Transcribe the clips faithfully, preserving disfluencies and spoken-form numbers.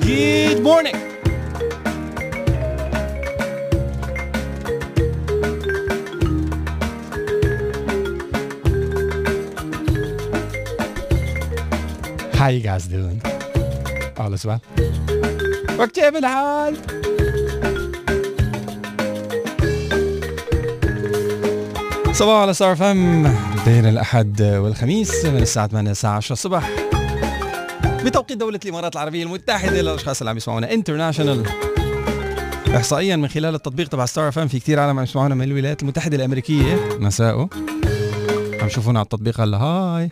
Good morning. How you guys doing? All is well. وكيف الحال؟ صباح على ستار اف ام بين الأحد والخميس من الساعة ثمانية للساعة عشرة الصبح بتوقيت دولة الإمارات العربية المتحدة للأشخاص اللي عم يسمعونا انترناشونال. إحصائيا من خلال التطبيق تبع ستار اف ام في كتير عالم عم يسمعونا من الولايات المتحدة الأمريكية مساءه عم يشوفونا على التطبيق. هلا هاي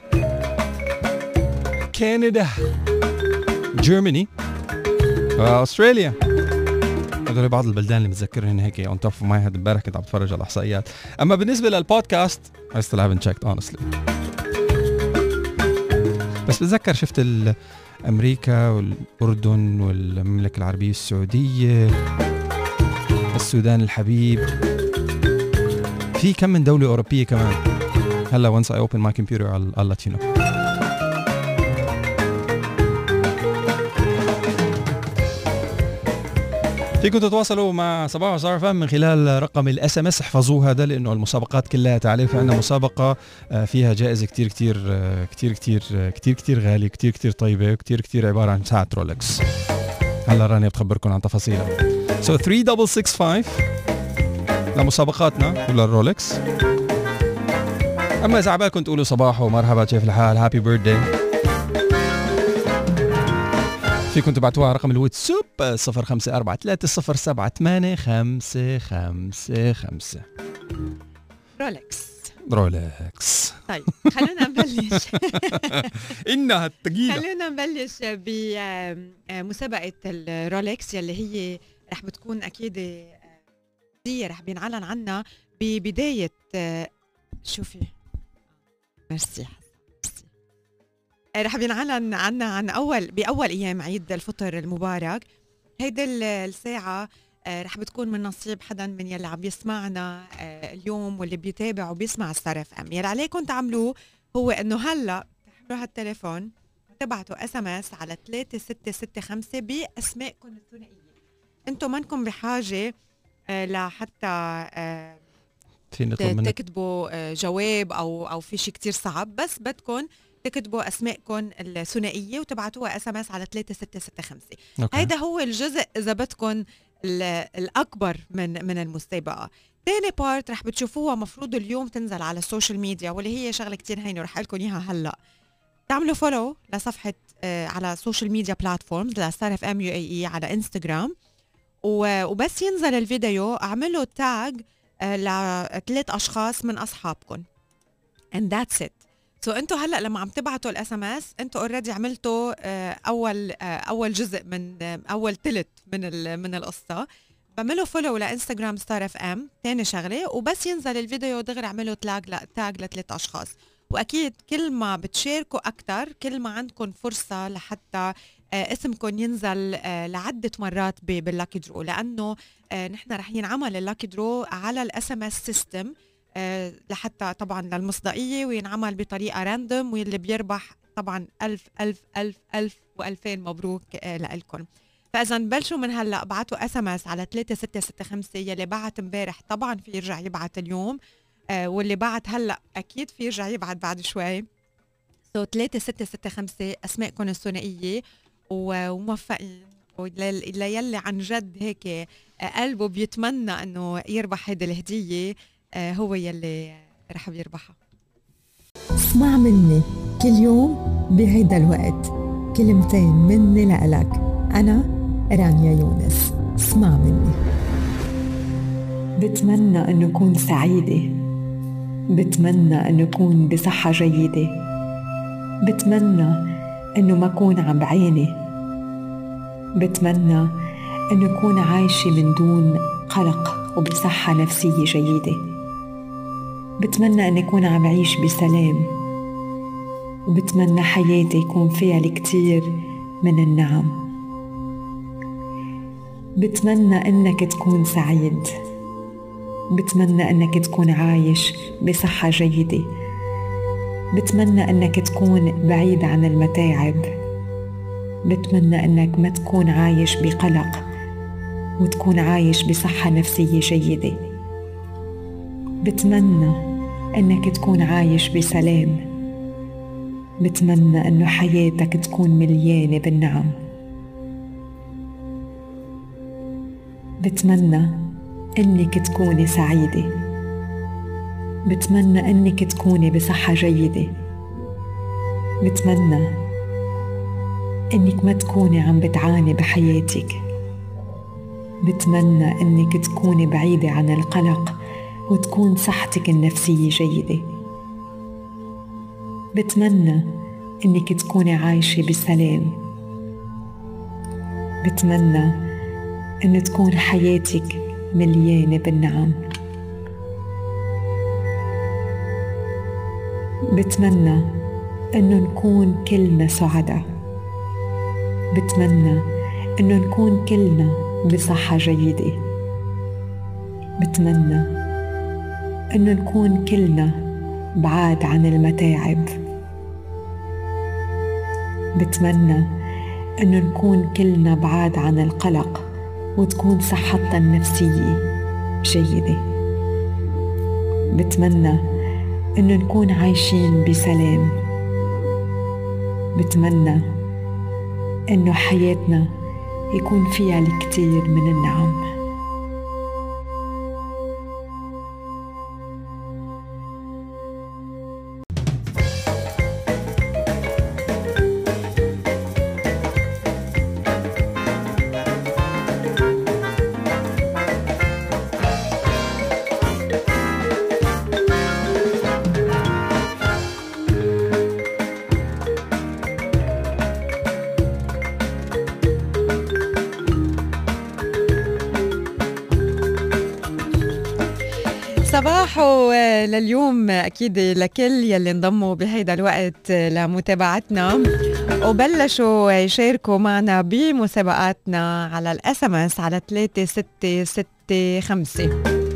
كندا، جيرماني، أستراليا، هذول بعض البلدان اللي متذكرهن هيك on top of my head. امبارح كنت عم بتفرج على الإحصائيات. أما بالنسبة للبودكاست I still haven't checked honestly. بس بتذكر شفت أمريكا والأردن والمملكة العربية السعودية، السودان الحبيب، في كم من دولة أوروبية كمان. هلا once I open my computer I'll, I'll let you know. فيكم تتواصلوا مع صباح ستار اف ام من خلال رقم الاس ام اس. احفظوه هذا لانه المسابقات كلها تعرف في عندنا مسابقه فيها جائزه كتير كتير كتير كتير كتير كتير غاليه، كتير كتير طيبه، وكتير كتير عباره عن ساعه رولكس. هلا رانيا بتخبركم عن تفاصيلها. سو ثلاثة ستة ستة خمسة لمسابقاتنا ولا الرولكس. اما اذا عبالكم تقولوا صباح ومرحبا كيف الحال هابي بيرثداي، فيكم تبعتوها على رقم الواتساب صفر خمسة أربعة ثلاثة صفر سبعة ثمانية خمسة خمسة خمسة. رولكس رولكس. طيب خلونا نبلش. إنها الثقيلة. خلونا نبلش بمسابقة الرولكس يلي هي رح بتكون أكيد دي رح بينعلن عنها ببداية. شوفي ميرسي رح بينعلن عنا عن أول بأول أيام عيد الفطر المبارك. هيدا الساعة رح بتكون من نصيب حدا من يلي عم يسمعنا اليوم واللي بيتابع وبيسمع ستار اف ام. يلي عليكم تعملوه هو إنه هلا تحملوا هالتليفون وتبعتوا اس ام اس على ثلاثة ستة ستة خمسة بأسمائكم الثنائية. انتم منكم بحاجة لحتى تكتبوا جواب أو أو في شيء كتير صعب، بس بدكم تكتبوا أسمائكم الثنائية وتبعتوها اس ام اس على ثلاثة ستة ستة خمسة. هيدا هو الجزء إذا بدكم الأكبر من من المسابقة. تاني بارت رح بتشوفوها مفروض اليوم تنزل على السوشيال ميديا، واللي هي شغلة كتير هينة ورح أقلكم إياها هلأ. تعملوا فولو لصفحة آه على السوشيال ميديا بلاتفورمز لستار اف ام يو اي اي على انستغرام، وبس ينزل الفيديو اعملوا تاج آه لثلاث أشخاص من أصحابكم and that's it. سو so انتوا هلا لما عم تبعتوا الاس ام اس انتوا اوريدي عملتوا اول اول جزء من اول ثلث من من القصه. بعملوا فولو لانستغرام ستار اف ام ثاني شغله، وبس ينزل الفيديو دغري اعملوا تاج تاج لثلاث اشخاص. واكيد كل ما بتشاركوا اكثر كل ما عندكم فرصه لحتى اسمكم ينزل لعده مرات باللاكي درو، لانه نحن رح ينعمل اللاكي درو على الاس ام اس سيستم أه لحتى طبعا للمصداقية، وينعمل بطريقة راندوم، واللي بيربح طبعا ألف ألف ألف ألف وألفين مبروك أه لألكم. فإذا بلشوا من هلأ ابعتوا اس ام اس على ثلاثة ستة ستة خمسة. يلي بعت امبارح طبعا في يرجع يبعت اليوم، أه واللي بعت هلأ أكيد في يرجع يبعت بعد شوي. سو ثلاثة ستة ستة خمسة أسمائكم الثنائية وموفقين. وليلي عن جد هيك قلبه بيتمنى أنه يربح هيدا الهدية هو يلي رح بيربحها. اسمع مني كل يوم بهيدا الوقت كلمتين مني لإلك. أنا رانيا يونس. اسمع مني. بتمنى أن أكون سعيدة، بتمنى أن أكون بصحة جيدة، بتمنى أنه ما أكون عم بعيني، بتمنى أن أكون عايشة من دون قلق وبصحة نفسية جيدة، بتمنى أن أكون عم عيش بسلام، وبتمنى حياتي يكون فيها الكثير من النعم. بتمنى أنك تكون سعيد، بتمنى أنك تكون عايش بصحة جيدة، بتمنى أنك تكون بعيد عن المتاعب، بتمنى إنك ما تكون عايش بقلق وتكون عايش بصحة نفسية جيدة. بتمنى إنك تكون عايش بسلام. بتمنى إنه حياتك تكون مليانة بالنعم. بتمنى إنك تكوني سعيدة. بتمنى إنك تكوني بصحة جيدة. بتمنى إنك ما تكوني عم بتعاني بحياتك. بتمنى إنك تكوني بعيدة عن القلق وتكون صحتك النفسية جيدة. بتمنى إنك تكوني عايشة بسلام. بتمنى إن تكون حياتك مليانة بالنعم. بتمنى إنه نكون كلنا سعداء. بتمنى إنه نكون كلنا بصحة جيدة. بتمنى إنه نكون كلنا بعاد عن المتاعب. بتمنى إنه نكون كلنا بعاد عن القلق وتكون صحتنا النفسية جيدة. بتمنى إنه نكون عايشين بسلام. بتمنى إنه حياتنا يكون فيها الكثير من النعم. صباحو لليوم أكيد لكل يلي انضموا بهيدا الوقت لمتابعتنا وبلشوا يشاركوا معنا بمسابقاتنا على الاس ام اس على ثلاثة ستة ستة خمسة.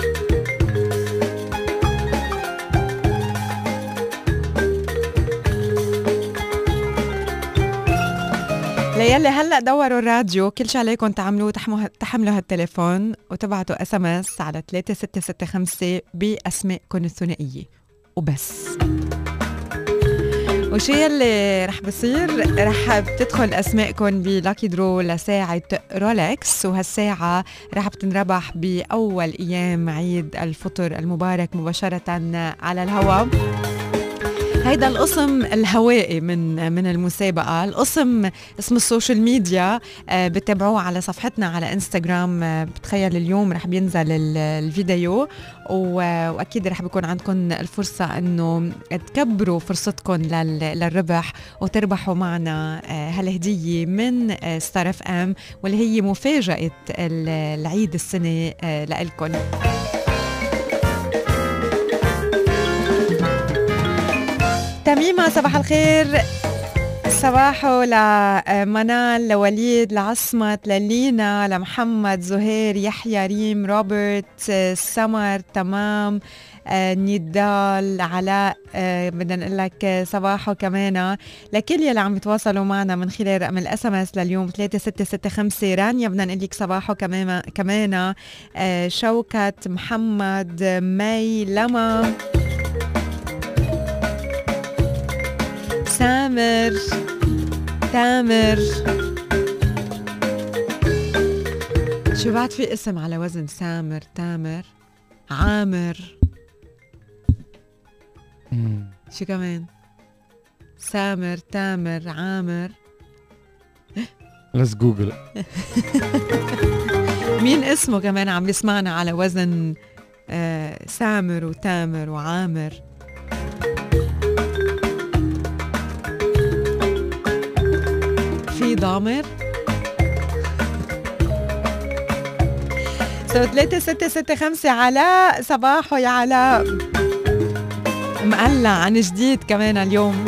ليلي هلا دوروا الراديو، كل شي عليكم تعملوه تحملوا هالتليفون وتبعتوا اس ام اس على ثلاثة ستة ستة خمسة باسمائكم الثنائيه وبس. وشي اللي رح بصير، رح بتدخل اسمائكم بلاكي درو لساعه رولكس، وهالساعه رح بتنربح باول ايام عيد الفطر المبارك مباشره على الهواء. هيدا القسم الهوائي من من المسابقة. القسم اسم السوشيال ميديا بتابعوه على صفحتنا على انستغرام. بتخيل اليوم رح بينزل الفيديو وأكيد رح بيكون عندكم الفرصة أنه تكبروا فرصتكم للربح وتربحوا معنا هالهدية من ستار اف ام، واللي هي مفاجأة العيد السنة لإلكم. تميمة صباح الخير، صباحو لمنال، لوليد، لعصمت، للينا، لمحمد، زهير، يحيى، ريم، روبرت، سمر، تمام، نضال، علاء. بدنا نقول لك صباحو كمان لكل يلي عم يتواصلوا معنا من خلال رقم الاس ام اس لليوم ثلاثة ستة ستة خمسة. رانيا بدنا نقول لك صباحو كمان كمان. شوكت، محمد، مي، لما، سامر، تامر. شو بعد في اسم على وزن سامر، تامر، عامر؟ مم. شو كمان؟ سامر، تامر، عامر. Let's Google. مين اسمه كمان عم يسمعنا على وزن آه سامر وتامر وعامر؟ في ضامر؟ سو ثلاثة ستة ستة خمسة. علاء، صباحو يا علاء، مقلع عن جديد كمان اليوم.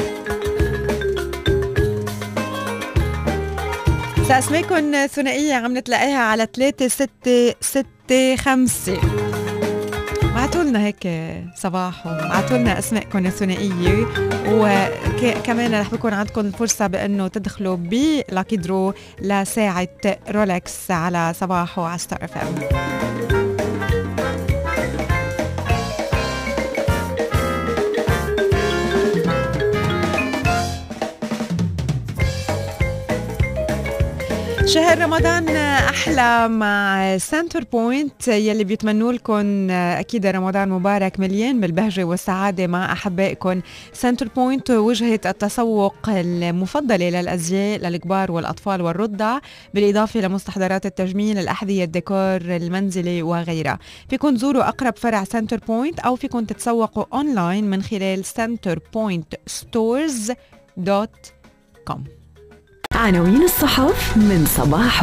اسمائكم ثنائية عم نتلاقيها على ثلاثة ستة ستة خمسة. بعتوا لنا هيك صباح وبعتوا لنا اسماءكم الثنائيه، وكمان رح بكون عندكم الفرصه بانه تدخلوا بلاكي درو لساعه رولكس على صباح وعلى ستار اف ام. شهر رمضان أحلى مع سنتر بوينت يلي بيتمنوا لكم أكيد رمضان مبارك مليان بالبهجة والسعادة مع أحبائكم. سنتر بوينت وجهة التسوق المفضلة للأزياء للكبار والأطفال والرضع، بالإضافة لمستحضرات التجميل، الأحذية، الديكور المنزلي وغيرها. فيكن تزوروا أقرب فرع سنتر بوينت أو فيكن تتسوقوا أونلاين من خلال سنتر بوينت ستورز دوت كوم. عناوين الصحف من صباحه.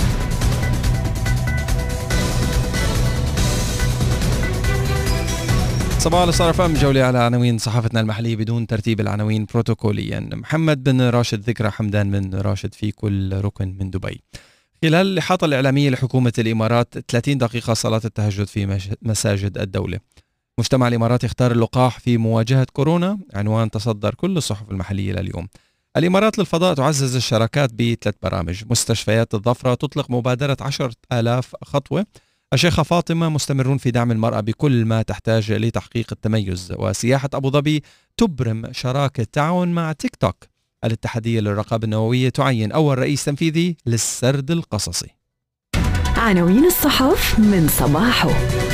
صباح على ستار اف ام، جولة على عناوين صحافتنا المحلية بدون ترتيب العناوين بروتوكوليا. محمد بن راشد ذكرى حمدان بن راشد في كل ركن من دبي. خلال الإحاطة الإعلامية لحكومة الإمارات ثلاثين دقيقة صلاة التهجد في مساجد الدولة. مجتمع الإمارات يختار اللقاح في مواجهة كورونا، عنوان تصدر كل الصحف المحلية لليوم. الإمارات للفضاء تعزز الشراكات بثلاث برامج. مستشفيات الظفرة تطلق مبادرة عشرة آلاف خطوة. الشيخة فاطمة مستمرون في دعم المرأة بكل ما تحتاج لتحقيق التميز. وسياحة أبو ظبي تبرم شراكة تعاون مع تيك توك. الاتحادية للرقابة النووية تعين أول رئيس تنفيذي للسرد القصصي. عناوين الصحف من صباحه.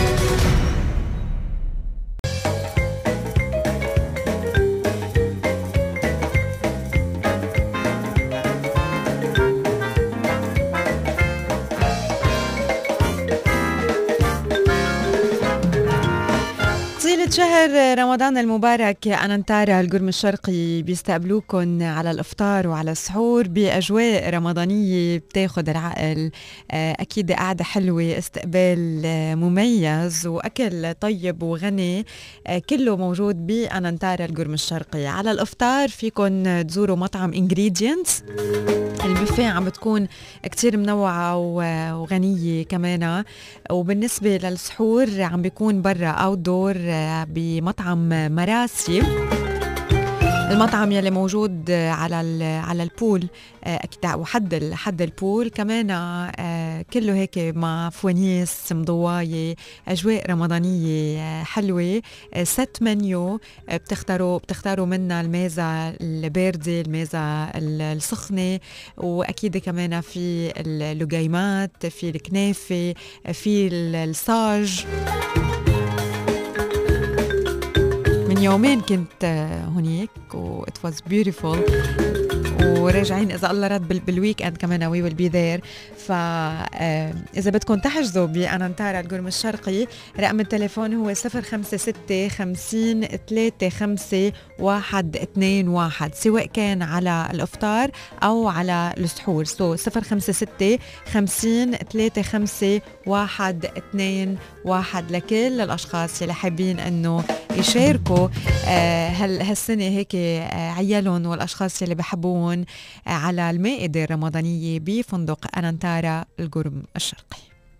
شهر رمضان المبارك أنانتارا القرم الشرقي بيستقبلوكم على الإفطار وعلى السحور بأجواء رمضانية بتاخد العقل. أكيد قعدة حلوة، استقبال مميز وأكل طيب وغني، كله موجود بأنانتارا القرم الشرقي. على الإفطار فيكن تزوروا مطعم Ingredients. البوفيه عم بتكون كتير منوعة وغنية كمان. وبالنسبة للسحور عم بيكون برا أوت دور بمطعم مراسي، المطعم يلي موجود على على البول اكيد وحد حد البول كمان، كله هيك مع فوانيس مضوايه، اجواء رمضانيه حلوه. ست منيو بتختاروا بتختاروا منها الميزه البارده، الميزه السخنه، واكيد كمان في اللقيمات، في الكنافه، في الصاج. من يومين كنت هناك و it was beautiful، وراجعين إذا الله رد بالويك أند كمان we will be there. فإذا بدكم تحجزوا بأنانتارا القرم الشرقي، رقم التليفون هو صفر خمسة ستة خمسين ثلاثة خمسة واحد اثنين واحد، سواء كان على الإفطار أو على السحور. سو صفر خمسة ستة خمسين ثلاثة خمسة واحد اثنين واحد لكل الأشخاص اللي حابين أنه يشاركوا هالسنة هيك عيالهم والأشخاص اللي بحبون على المائدة الرمضانية بفندق أنانتارا القرم الشرقي.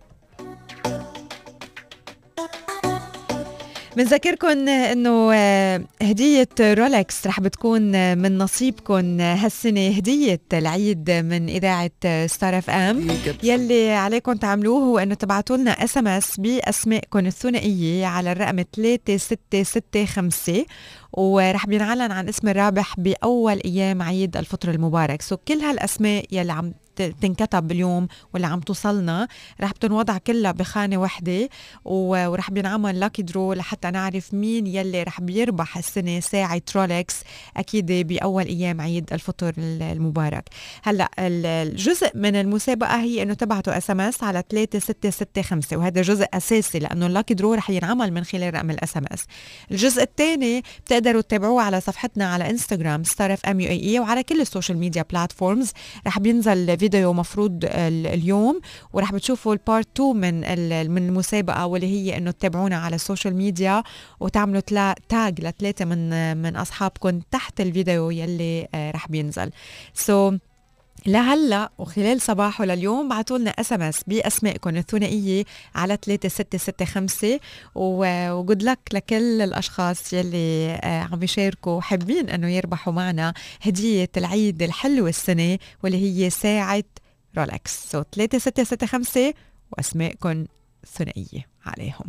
بنذكركم انه هدية رولكس رح بتكون من نصيبكم هالسنة، هدية العيد من إذاعة ستار اف ام. يلي عليكم تعملوه هو انه تبعتوا لنا اس ام اس باسمائكم الثنائية على الرقم ثلاثة ستة ستة خمسة، ورح بينعلن عن اسم الرابح بأول أيام عيد الفطر المبارك. سو كل هالأسماء يلي عم تنكتب باليوم واللي عم توصلنا رح بتنوضع كلها بخانة وحدة، ورح بينعمل لاكي درو لحتى نعرف مين يلي رح بيربح السنة ساعة رولكس أكيد بأول أيام عيد الفطر المبارك. هلأ الجزء من المسابقة هي أنه تبعتوا اس ام اس على ثلاثة ستة ستة خمسة، وهذا جزء أساسي لأنه اللاكي درو رح ينعمل من خلال رقم الاس ام اس. الجزء الثاني بتقدروا تتابعوه على صفحتنا على انستغرام ستار اف ام يو اي اي، وعلى كل السوشيال ميديا بلاتفورمز. رح بينزل فيديو مفروض اليوم، ورح بتشوفوا البارت تو من من المسابقه، واللي هي انه تتابعونا على السوشيال ميديا وتعملوا تلا تاج لثلاثه من من اصحابكم تحت الفيديو يلي رح بينزل. سو so لهلا وخلال صباحه لليوم بعتوا لنا اس ام اس باسمائكم الثنائيه على ثلاثة ستة ستة خمسة، وجود لك لكل الاشخاص يلي عم يشاركوا حابين انه يربحوا معنا هديه العيد الحلوه السنه واللي هي ساعه رولكس. سو ثلاثة ستة ستة خمسة واسمائكم ثنائيه عليهم.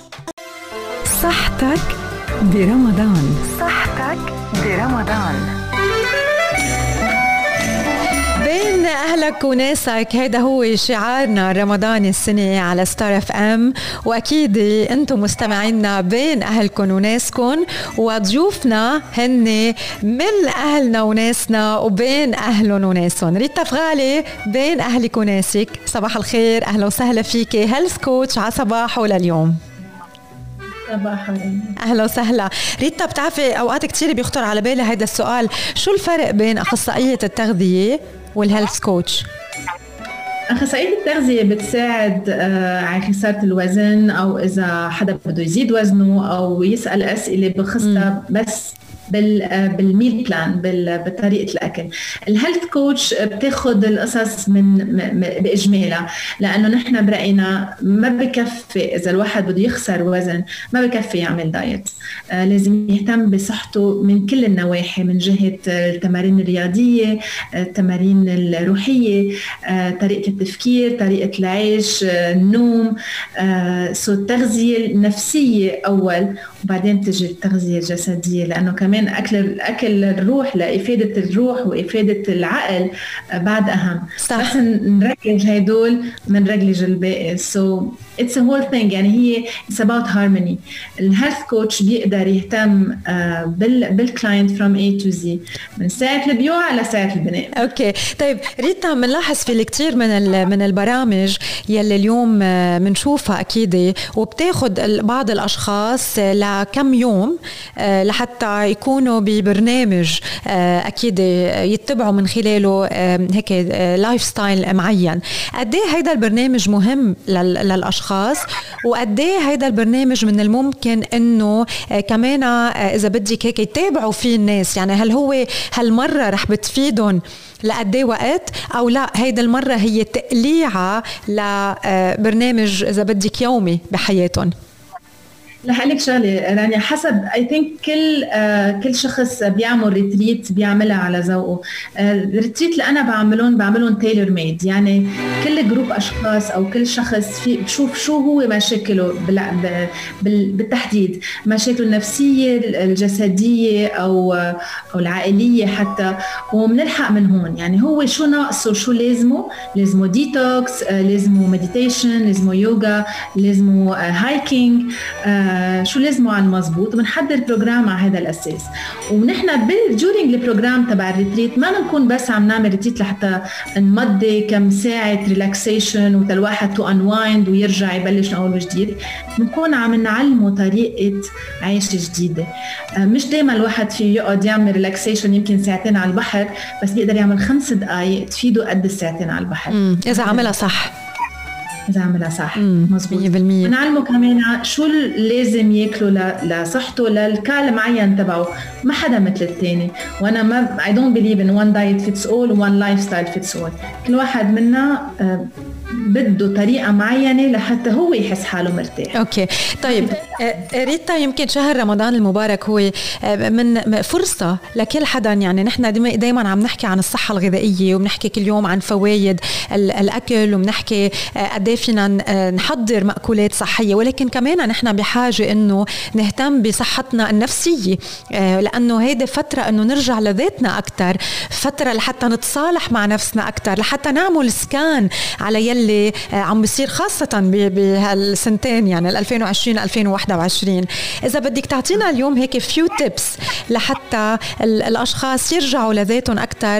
صحتك برمضان. صحتك برمضان. بين أهلك وناسك، هذا هو شعارنا رمضان السنة على ستار اف ام، وأكيد أنتم مستمعينا بين أهلكم وناسكم، وضيوفنا هن من أهلنا وناسنا وبين أهلهم وناسهم. ريتا فغالي بين أهلك وناسك، صباح الخير، أهلا وسهلا فيكي، هيلث كوتش على صباحه لليوم. صباح اهلا وسهلا. ريتا، بتعرفي اوقات كتير بيخطر على بالي هذا السؤال، شو الفرق بين اخصائيه التغذيه والهيلث كوتش؟ أخصائية التغذية بتساعد على خسارة الوزن، أو إذا حدا بده يزيد وزنه أو يسأل أسئلة بخصها بس بال بالميل بلان بطريقه الاكل. الهيلث كوتش بتاخذ القصص من باجمالها، لانه نحن براينا ما بكفي اذا الواحد بده يخسر وزن، ما بكفي يعمل دايت، آه لازم يهتم بصحته من كل النواحي، من جهه التمارين الرياضيه، التمارين الروحيه، آه طريقه التفكير، طريقه العيش، آه النوم، آه سو التغذيه النفسيه اول، وبعدين تجي التغذيه الجسديه، لانه كمان أكل أكل الروح لإفادة الروح وإفادة العقل بعد أهم. صح. بس نركز هيدول منرجلج الباقي. so it's a whole thing، يعني هي it's about harmony. الهيلث كوتش بيقدر يهتم بال بالكلاينت from A to Z، من ساعة البيوع لساعة البناء. أوكي طيب ريتا، بنلاحظ في الكثير من من البرامج يلي اليوم بنشوفها أكيد، وبتاخد بعض الأشخاص لكم يوم لحتى يكونوا ببرنامج أكيد يتبعوا من خلاله هيك لايف ستايل معين. قد ايه هيدا البرنامج مهم للأشخاص، وقد ايه هيدا البرنامج من الممكن انه كمان اذا بدك هيك يتابعوا فيه الناس؟ يعني هل هو هالمرة رح بتفيدهم لقد ايه وقت، او لا هيدا المرة هي تقليعة لبرنامج اذا بدك يومي بحياتهم؟ رح أقول لك شغله رانيا، حسب اي ثينك كل آه كل شخص بيعمل ريتريت بيعملها على ذوقه. آه الريتريت اللي انا بعملهم بعملهم تايلور ميد، يعني كل جروب اشخاص او كل شخص في بشوف شو هو مشاكله بالتحديد، مشاكله النفسيه الجسديه او او العائليه حتى، وبنلحق من هون. يعني هو شو ناقصه، شو لازمه لازمه ديتوكس، آه لازمه مديتيشن، لازمه يوغا، لازمه آه هايكينج، آه شو لازمه على المضبوط، وبنحضر بروجرام على هذا الاساس. ونحن بالجورينج البروجرام تبع الريتريت ما بنكون بس عم نعمل ريتريت لحتى نمضي كم ساعه ريلاكسيشن وتالواحد تو انوايند ويرجع يبلش من اول وجديد، بنكون عم نعلمه طريقه عيش جديده. مش دائما الواحد فيه يقعد يعمل ريلاكسيشن يمكن ساعتين على البحر، بس بيقدر يعمل خمس دقائق تفيده قد الساعتين على البحر اذا عملها صح. إذا عملها صح مظبوط. نعلمه كمان شو لازم ياكله لصحته للكال معين تبعه، ما حدا مثل الثاني. وانا ما I don't believe in one diet fits all one lifestyle fits all. كل واحد منا بده طريقة معينة لحتى هو يحس حاله مرتاح. أوكي طيب ريتا، يمكن شهر رمضان المبارك هو من فرصة لكل حدا، يعني نحن دايما عم نحكي عن الصحة الغذائية، وبنحكي كل يوم عن فوائد الأكل، وبنحكي قد ايه فينا نحضر مأكولات صحية، ولكن كمان نحن بحاجة إنه نهتم بصحتنا النفسية، لأنه هيدا فترة إنه نرجع لذاتنا أكتر، فترة لحتى نتصالح مع نفسنا أكتر، لحتى نعمل سكان على يلي عم بيصير خاصة بهالسنتين، يعني ألفين وعشرين ألفين وواحد وعشرين. إذا بدك تعطينا اليوم هيك فيو تيبس لحتى الأشخاص يرجعوا لذاتهم أكتر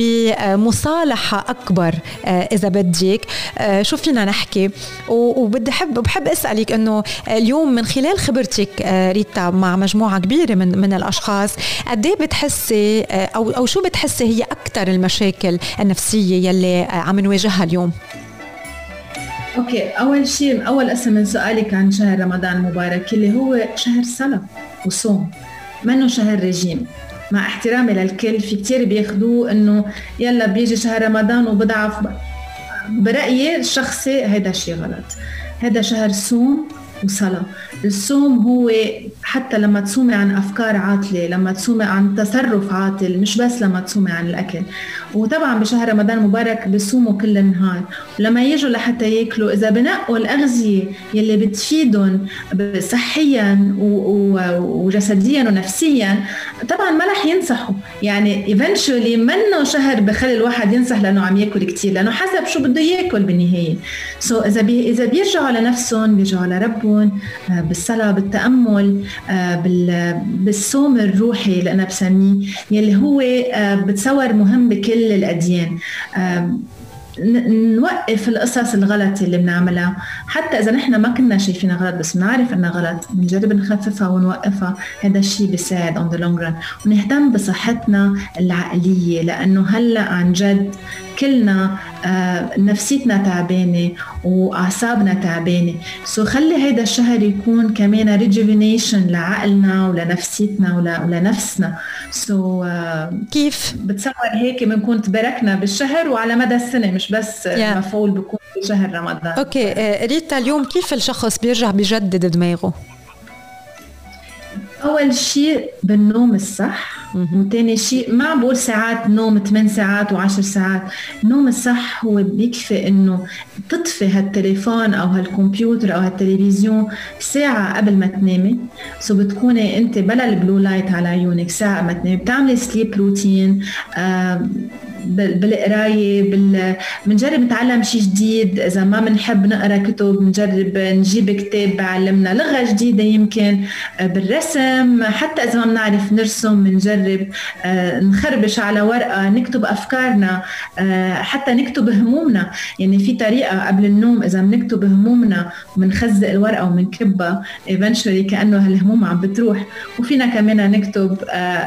بمصالحة أكبر، إذا بدك شو فينا نحكي؟ وبدي حب بحب أسألك إنه اليوم من خلال خبرتك ريتا مع مجموعة كبيرة من من الأشخاص، قد إيه بتحسي أو أو شو بتحسي هي أكتر المشاكل النفسية يلي عم نواجهها اليوم؟ اوكي، اول شيء اول قسم من سؤالك عن شهر رمضان المبارك اللي هو شهر صلاة وصوم، منه شهر رجيم. مع احترامي للكل، في كتير بياخدوه انه يلا بيجي شهر رمضان وبضعف. برأيي الشخصي هيدا شيء غلط. هذا شهر صوم وصلاة. الصوم هو حتى لما تصومي عن أفكار عاطلة، لما تصومي عن تصرف عاطل، مش بس لما تصومي عن الأكل. وطبعا بشهر رمضان مبارك بيصوموا كل النهار، ولما يجوا لحتى ياكلوا إذا بنقوا الأغذية يلي بتفيدهم صحيا وجسديا ونفسيا طبعا ما رح ينصحوا. يعني eventually منه شهر بخلي الواحد ينصح لأنه عم ياكل كتير، لأنه حسب شو بده ياكل بالنهاية. سو so إذا بي إذا بيرجعوا لنفسهم، بيرجعوا لربهم بالصلاة، بالتأمل، بالصوم الروحي اللي أنا بسميه، يلي هو بتصور مهم بكل الأديان. نوقف القصص الغلط اللي بنعملها، حتى إذا نحن ما كنا شايفينها غلط بس بنعرف إنها غلط، بنجرب نخففها ونوقفها. هذا الشيء بيساعد on the long run. ونهتم بصحتنا العقلية، لأنه هلأ عن جد كلنا آه نفسيتنا تعبانة وأعصابنا تعبانة. سو خلي هيدا الشهر يكون كمان rejuvenation لعقلنا ولنفسيتنا ولنفسنا. سو آه كيف بتصور هيك بنكون تباركنا بالشهر وعلى مدى السنة، مش بس yeah. مفعول بكون بشهر رمضان. اوكي آه ريتا، اليوم كيف الشخص بيرجع بيجدد دماغه؟ أول شيء بالنوم الصح، وتاني شيء ما بقول ساعات نوم ثمان ساعات وعشر ساعات. النوم الصح هو بيكفي إنه تطفي هالتليفون أو هالكمبيوتر أو هالتلفزيون ساعة قبل ما تنامي. سو بتكوني أنت بلا البلو لايت على عيونك ساعة ما تنامي. بتعملي سليب روتين آه بالقراية، بال... بنجرب نتعلم شيء جديد. إذا ما بنحب نقرأ كتب بنجرب نجيب كتاب بعلمنا لغة جديدة، يمكن بالرسم، حتى إذا ما بنعرف نرسم بنجرب نخربش على ورقة نكتب أفكارنا، حتى نكتب همومنا. يعني في طريقة قبل النوم إذا بنكتب همومنا وبنخزق الورقة وبنكبها eventually كأنه هالهموم عم بتروح. وفينا كمان نكتب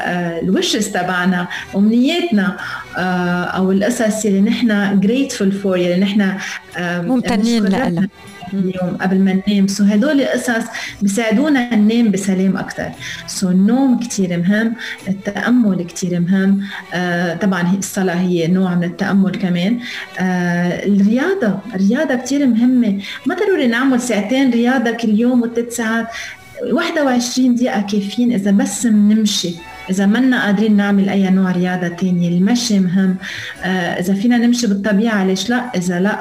الوشز تبعنا ومنياتنا أو القصص اللي نحن grateful for، اللي نحن ممتنين لها اليوم قبل ما ننام. سو هدول قصص بيساعدونا ننام بسلام أكتر. سو النوم كتير مهم، التأمل كتير مهم. آه طبعا الصلاة هي نوع من التأمل كمان. آه الرياضة الرياضة كتير مهمة. ما ضروري نعمل ساعتين رياضة كل يوم وثلاث ساعات، واحد وعشرين دقيقة كافيين إذا بس منمشي. إذا منا قادرين نعمل أي نوع رياضة تانية، المشي مهم. آه إذا فينا نمشي بالطبيعة ليش لا؟ إذا لا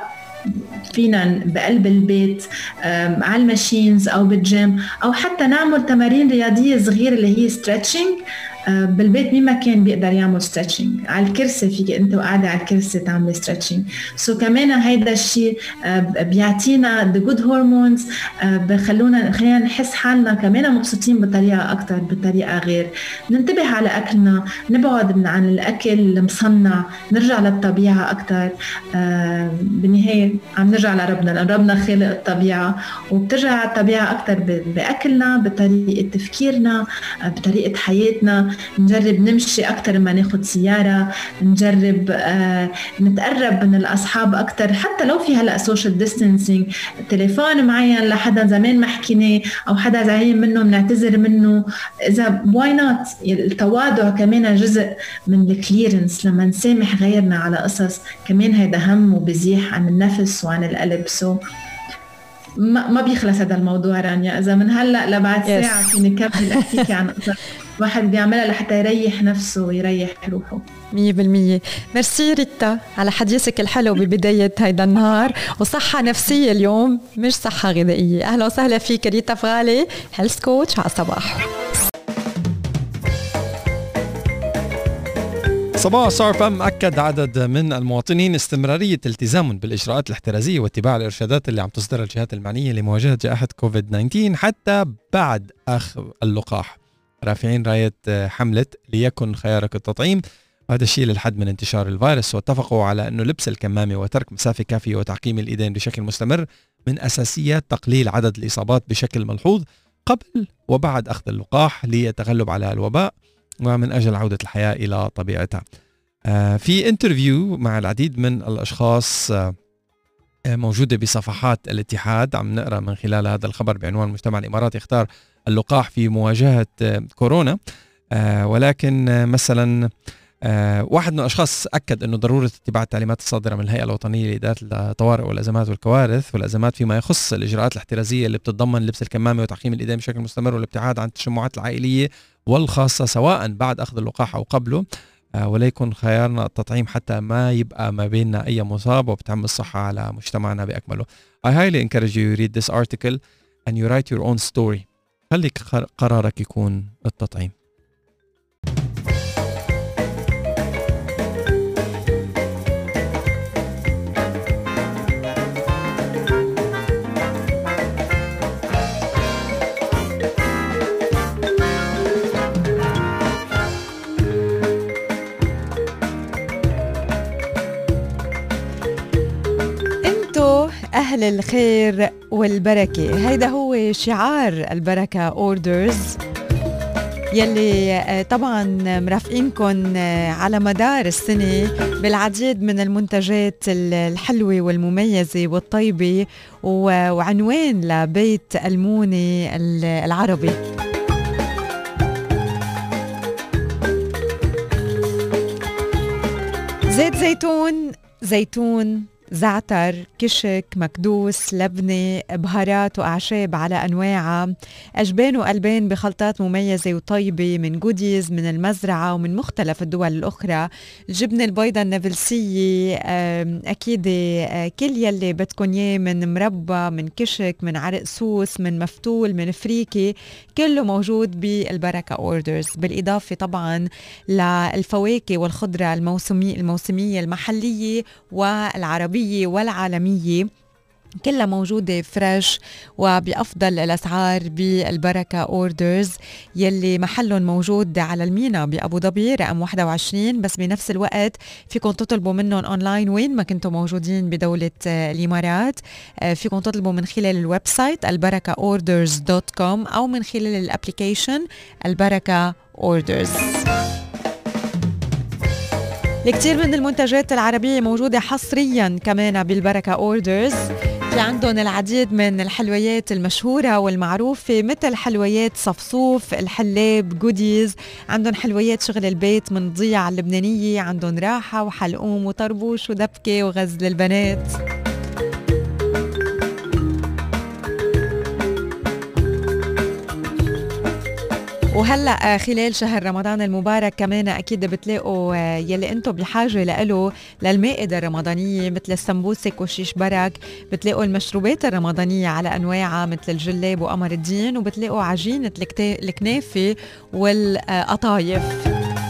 فينا بقلب البيت على الماشينز أو بالجيم، أو حتى نعمل تمارين رياضية صغيرة اللي هي stretching بالبيت. مين ما كان بيقدر يعمل stretching على الكرسي، فيك أنت وقاعدة على الكرسي تعمل stretching. سو so كمان هيدا الشيء بيعطينا the good hormones، بخلونا خلينا نحس حالنا كمان مبسوطين بطريقة أكتر، بطريقة غير. ننتبه على أكلنا، نبعد عن الأكل المصنع، نرجع للطبيعة أكتر. بالنهاية عم نرجع لربنا، لأن ربنا خالق الطبيعة، وبترجع الطبيعة أكتر بأكلنا، بطريقة تفكيرنا، بطريقة حياتنا. نجرب نمشي أكتر ما ناخد سيارة، نجرب آه نتقرب من الأصحاب أكتر، حتى لو في هلأ social distancing. تليفون معين لحدا زمان ما حكيناه أو حدا زعيم منه بنعتذر منه، إذا why not. التواضع كمان جزء من الكليرنس، لما نسامح غيرنا على قصص كمان هيدا هم وبزيح عن النفس وعن القلب. سو ما, ما بيخلص هذا الموضوع رانيا. إذا من هلأ لبعد yes. ساعة فيني كمل أحكيك عن قصص واحد بيعملها لحتى يريح نفسه ويريح روحه. مية بالمية. ميرسي ريتا على حديثك الحلو ببداية هيدا النهار، وصحة نفسية اليوم مش صحة غذائية. أهلا وسهلا فيك ريتا فغالي، هيلث كوتش على الصباح. صباح ستار إف إم أكد عدد من المواطنين استمرارية التزامهم بالإجراءات الاحترازية واتباع الإرشادات اللي عم تصدرها الجهات المعنية لمواجهة جائحة كوفيد تسعة عشر حتى بعد أخذ اللقاح، رافعين راية حملة ليكن خيارك التطعيم. وهذا الشيء للحد من انتشار الفيروس. واتفقوا على أنه لبس الكمامة وترك مسافة كافية وتعقيم الإيدين بشكل مستمر من أساسيات تقليل عدد الإصابات بشكل ملحوظ قبل وبعد أخذ اللقاح ليتغلب على الوباء ومن أجل عودة الحياة إلى طبيعتها. آه في انترفيو مع العديد من الأشخاص آه موجودة بصفحات الاتحاد، عم نقرأ من خلال هذا الخبر بعنوان مجتمع الإمارات يختار اللقاح في مواجهة آه كورونا. آه ولكن آه مثلا آه واحد من الأشخاص أكد أنه ضرورة اتباع التعليمات الصادرة من الهيئة الوطنية لإدارة الطوارئ والأزمات والكوارث والأزمات فيما يخص الإجراءات الاحترازية اللي بتتضمن لبس الكمامة وتعقيم الإيدين بشكل مستمر والابتعاد عن التجمعات العائلية والخاصة سواء بعد أخذ اللقاح أو قبله، آه وليكن خيارنا التطعيم حتى ما يبقى ما بيننا أي مصاب وبتعم الصحة على مجتمعنا بأكمله. I highly encourage you to read this article and you write your own story. خليك قرارك يكون التطعيم. أهل الخير والبركة، هيدا هو شعار البركة أوردرز يلي طبعا مرافقينكم على مدار السنة بالعديد من المنتجات الحلوة والمميزة والطيبة، وعنوان لبيت الموني العربي. زيت زيتون، زيتون، زعتر، كشك، مكدوس، لبنة، بهارات وأعشاب على أنواعها، أجبان وألبان بخلطات مميزة وطيبة من جوديز من المزرعة ومن مختلف الدول الأخرى، الجبنة البيضاء النابلسية، أكيد كل يلي بدكن إياه من مربى، من كشك، من عرق سوس، من مفتول، من فريكي، كله موجود بالبركة أوردرز. بالإضافة طبعا للفواكه والخضرة الموسمية الموسمية المحلية والعربية والعالمية، كلها موجودة فريش وبأفضل الأسعار بالبركة أوردرز يلي محلهم موجود على المينا بأبو ظبي رقم واحد وعشرين. بس بنفس الوقت فيكم تطلبوا منهم أونلاين وين ما كنتوا موجودين بدولة الإمارات. فيكم تطلبوا من خلال الويب سايت البركة أوردرز دوت كوم أو من خلال الابليكيشن البركة أوردرز. الكثير من المنتجات العربية موجودة حصريا كمان بالبركة أوردرز. في عندهم العديد من الحلويات المشهورة والمعروفة مثل حلويات صفصوف، الحلاب، جوديز، عندهم حلويات شغل البيت من ضيعة اللبنانية، عندهم راحة وحلقوم وطربوش ودبكة وغزل البنات. وهلأ خلال شهر رمضان المبارك كمان أكيد بتلاقوا يلي أنتم بحاجة لأله للمائدة الرمضانية مثل السمبوسك وشيش برك، بتلاقوا المشروبات الرمضانية على أنواعها مثل الجلاب وقمر الدين، وبتلاقوا عجينة الكنافة والقطايف.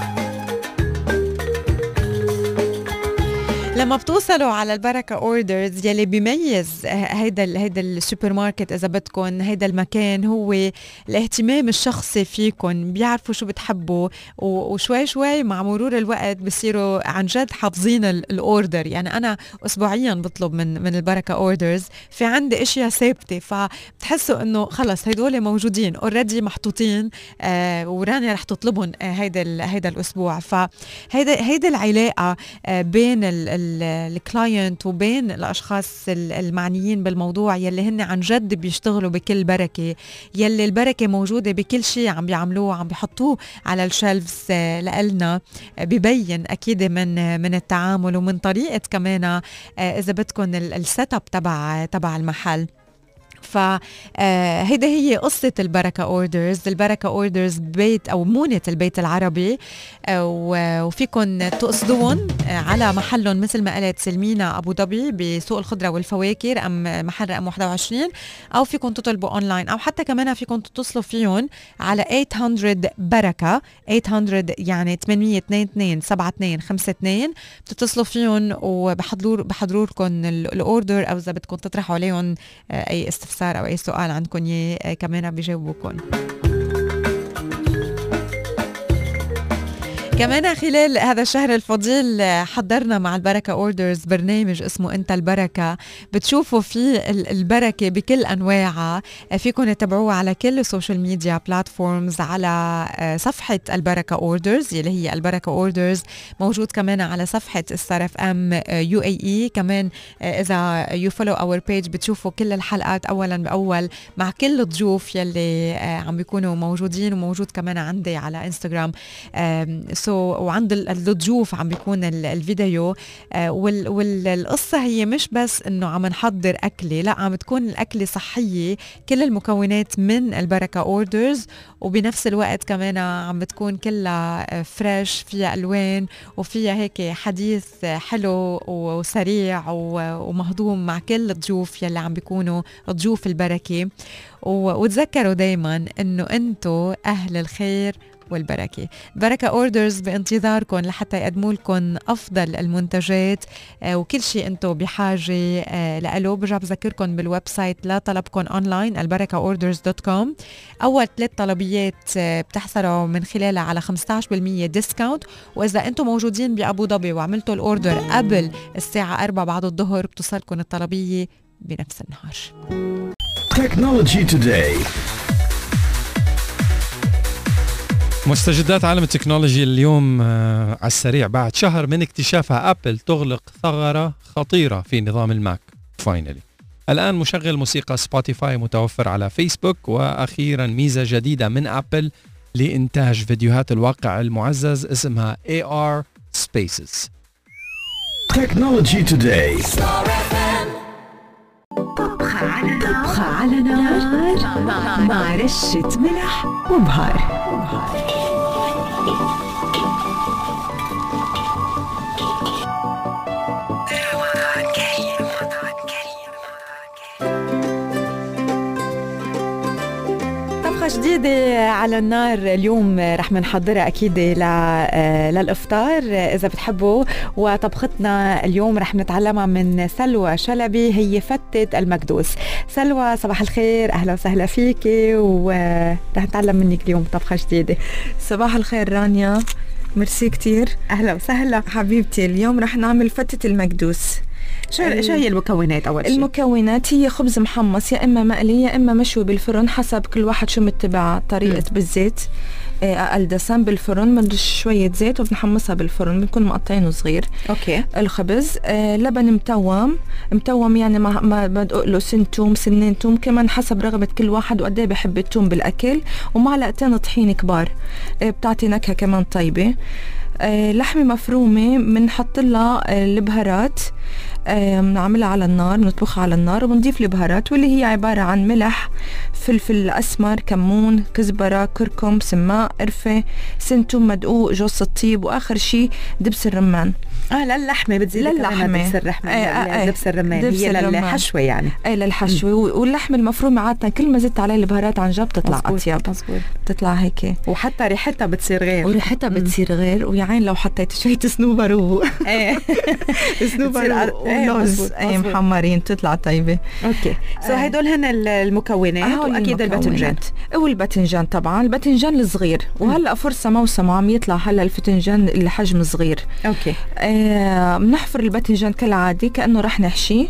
لما بتوصلوا على البركة أوردرز يلي بيميز هيدا هيدا السوبر ماركت إذا بدكن، هيدا المكان هو الاهتمام الشخصي فيكن، بيعرفوا شو بتحبوا وشوي شوي مع مرور الوقت بصيروا عن جد حافظين الأوردر. يعني أنا أسبوعيا بطلب من من البركة أوردرز، في عندي أشياء ثابتة فبتحسوا إنه خلص هيدول موجودين اوريدي محطوطين آه وراني رح تطلبهم آه هيدا هيدا الأسبوع. فهيدا هيدا العلاقة آه بين ال الكلاينت وبين الأشخاص المعنيين بالموضوع يلي هن عن جد بيشتغلوا بكل بركة، يلي البركة موجودة بكل شيء عم بيعملوه عم بيحطوه على الشلفز لألنا، بيبين أكيد من من التعامل ومن طريقة كمان إذا بدكن السيت اب تبع تبع المحل. فهيدا هي قصة البركة أوردرز. البركة أوردرز بيت أو مونة البيت العربي، وفيكن تقصدون على محلهم مثل ما قلت سلمينا أبو ظبي بسوق الخضرة والفواكه رقم محل رقم واحد وعشرين، أو فيكن تطلبوا أونلاين، أو حتى كمان فيكن تتصلوا فيهم على ثمانمية بركة ثمانمية يعني ثمانمية اثنين اثنين سبعة اثنين خمسة اثنين، بتتصلوا فيهم وبحضروا بحضروا لكم الأوردر، أو إذا بدكم تطرحوا عليهم أي استفسار أو أي سؤال عندكم يه كمان بيجاوبوكم. كمان خلال هذا الشهر الفضيل حضرنا مع البركة أوردرز برنامج اسمه أنت البركة، بتشوفوا فيه البركة بكل أنواعها. فيكم تتابعوه على كل السوشيال ميديا بلاتفورمز، على صفحة البركة أوردرز اللي هي البركة أوردرز، موجود كمان على صفحة ستار اف ام يو اي اي. كمان إذا يو فولو اور بيج بتشوفوا كل الحلقات أولا بأول مع كل الضيوف يلي عم بيكونوا موجودين، وموجود كمان عندي على انستغرام سو so, وعند الضيوف عم بيكون الفيديو. والقصة هي مش بس انه عم نحضر أكلة، لا عم تكون الأكلة صحية، كل المكونات من البركة أوردرز، وبنفس الوقت كمان عم بتكون كلها فريش، فيها ألوان وفيها هيك حديث حلو وسريع ومهضوم مع كل الضيوف يلي عم بيكونوا ضيوف البركة. وتذكروا دايما انه انتو أهل الخير والبركة. بركة أوردرز بانتظاركم لحتى يقدموا لكم أفضل المنتجات آه وكل شيء أنتم بحاجة آه لألو. برجع بذكركم بالويب سايت لطلبكم أونلاين البركة أوردرز دوت كوم. أول ثلاث طلبيات آه بتحصلوا من خلالها على خمسة عشر بالمية ديسكاونت، وإذا أنتم موجودين بأبو ظبي وعملتوا الأوردر قبل الساعة أربعة بعد الظهر بتوصلكم الطلبية بنفس النهار. Technology Today. مستجدات عالم التكنولوجي اليوم آه على السريع. بعد شهر من اكتشافها أبل تغلق ثغرة خطيرة في نظام الماك فاينلي. الآن مشغل موسيقى سبوتيفاي متوفر على فيسبوك، وأخيرا ميزة جديدة من أبل لإنتاج فيديوهات الواقع المعزز اسمها إيه آر Spaces. Technology Today. طبخة على طبخة على نار مع, مع رشة ملح وبهار. جديدة على النار اليوم رح منحضرها أكيد للإفطار إذا بتحبوا. وطبختنا اليوم رح نتعلمها من سلوى شلبي، هي فتة المكدوس. سلوى صباح الخير، أهلا وسهلا فيكي، ورح نتعلم منك اليوم طبخة جديدة. صباح الخير رانيا، ميرسي كتير. أهلا وسهلا حبيبتي. اليوم رح نعمل فتة المكدوس. شو شو هي المكونات؟ أول شيء المكونات هي خبز محمص، يا إما مقلي يا إما مشوي بالفرن، حسب كل واحد شو متبع طريقة. م. بالزيت أقل دسم بالفرن، بنرش شوية زيت وبنحمصها بالفرن، بنكون مقطعينه صغير. أوكي. الخبز آه لبن متوم متوم يعني ما ما بدق له سن توم سنين توم كمان حسب رغبة كل واحد وقد ايه بحب التوم بالأكل، ومعلقتين طحين كبار آه بتعطي نكهة كمان طيبة. آه لحمة مفرومة بنحط لها آه البهارات، بنعملها على النار، بنطبخها على النار وبنضيف البهارات، واللي هي عبارة عن ملح، فلفل أسمر، كمون، كزبرة، كركم، سماق، قرفة، سنتوم مدقوق، جوز الطيب، وآخر شيء دبس الرمان. اه للحمة بتزيد للحمة دبس الرمان. آه آه دبس الرمان هي للحشوة يعني. ايه للحشوة. واللحمة المفرومة عادة كل ما زدت عليه البهارات عن جد بتطلع أطيب، مزبوط. بتطلع هيك، وحتى ريحتها بتصير غير، وريحتها بتصير غير. ويا عين لو حطيت شوية صنوبر و ايه صنوبر ولوز اي محمرين تطلع طيبة. اوكي. سو so هدول هن المكونات. واكيد الباذنجان والباذنجان طبعا الباذنجان الصغير. وهلا فرصة موسم عم يطلع هلا الباذنجان اللي حجم صغير. اوكي. آه بنحفر الباذنجان كالعادي كأنه رح نحشي،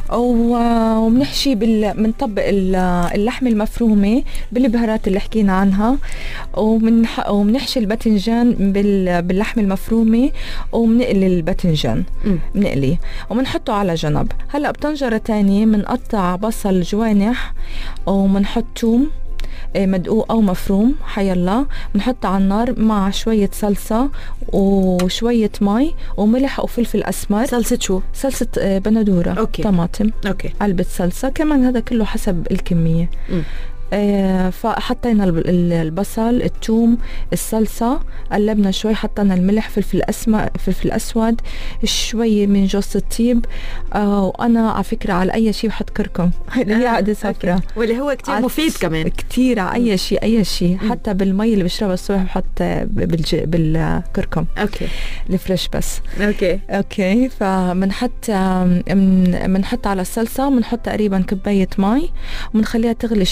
وبنحشي بال بنطبق اللحمة المفرومة بالبهارات اللي حكينا عنها، وبنح... وبنحشي الباذنجان بال... باللحمة المفرومة، وبنقلي الباذنجان بنقليه وبنحطه على جنب. هلا بطنجرة تانية بنقطع بصل جوانح، وبنحط توم مدقوق أو مفروم حيالله، بنحطه على النار مع شوية صلصة وشوية مي وملح وفلفل أسمر. صلصة شو؟ صلصة بندورة. أوكي. طماطم. أوكي. علبة صلصة كمان، هذا كله حسب الكمية. م. آه فحطينا البصل، الثوم، الصلصة، قلبنا شوي، حطينا الملح، فلفل أسمر، فلفل أسود، شوي من جوز الطيب. آه وأنا على فكرة على أي شيء بحط كركم اللي هي عقدة صفراء، واللي هو كتير مفيد كمان كتير على أي شيء أي شيء. حتى بالمي اللي بشربها الصبح بحط بالج... بالكركم. أوكي. الفريش بس. أوكي. أوكي. فمنحط منحط على الصلصة، منحط تقريبا كباية مي ومنخليها تغلي شوي،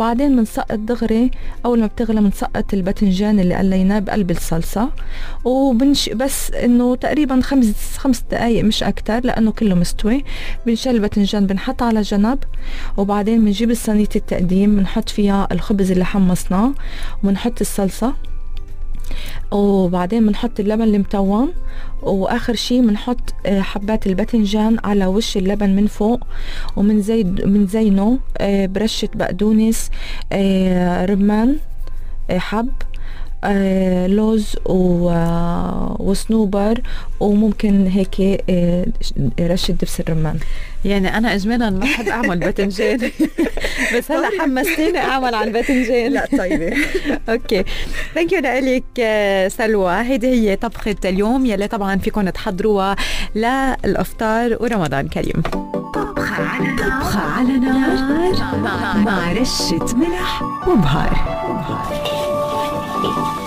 وبعدين بنسقط دغري أول ما بتغلى بنسقط الباذنجان اللي قليناه بقلب الصلصة، وبنش بس إنه تقريبا خمس خمس دقايق مش أكتر لأنه كله مستوي. بنشيل الباذنجان بنحط على جنب، وبعدين بنجيب صينية التقديم بنحط فيها الخبز اللي حمصناه وبنحط الصلصة، وبعدين بنحط اللبن المتوم، واخر شي بنحط حبات الباذنجان على وش اللبن من فوق، ومن زيد من زينه برشة بقدونس، رمان حب، آه، لوز وصنوبر، وممكن هيك آه، رشة دبس الرمان. يعني أنا إجمالا ما بحب أعمل باذنجان بس هلا حمستيني أعمل على الباذنجان. لا طيبة. أوكي، ثانك يو لك سلوى. هيدي هي طبخة اليوم يلي طبعا فيكم تحضروها للإفطار ورمضان كريم. طبخة على طبخة على نار مع رشة ملح وبهار.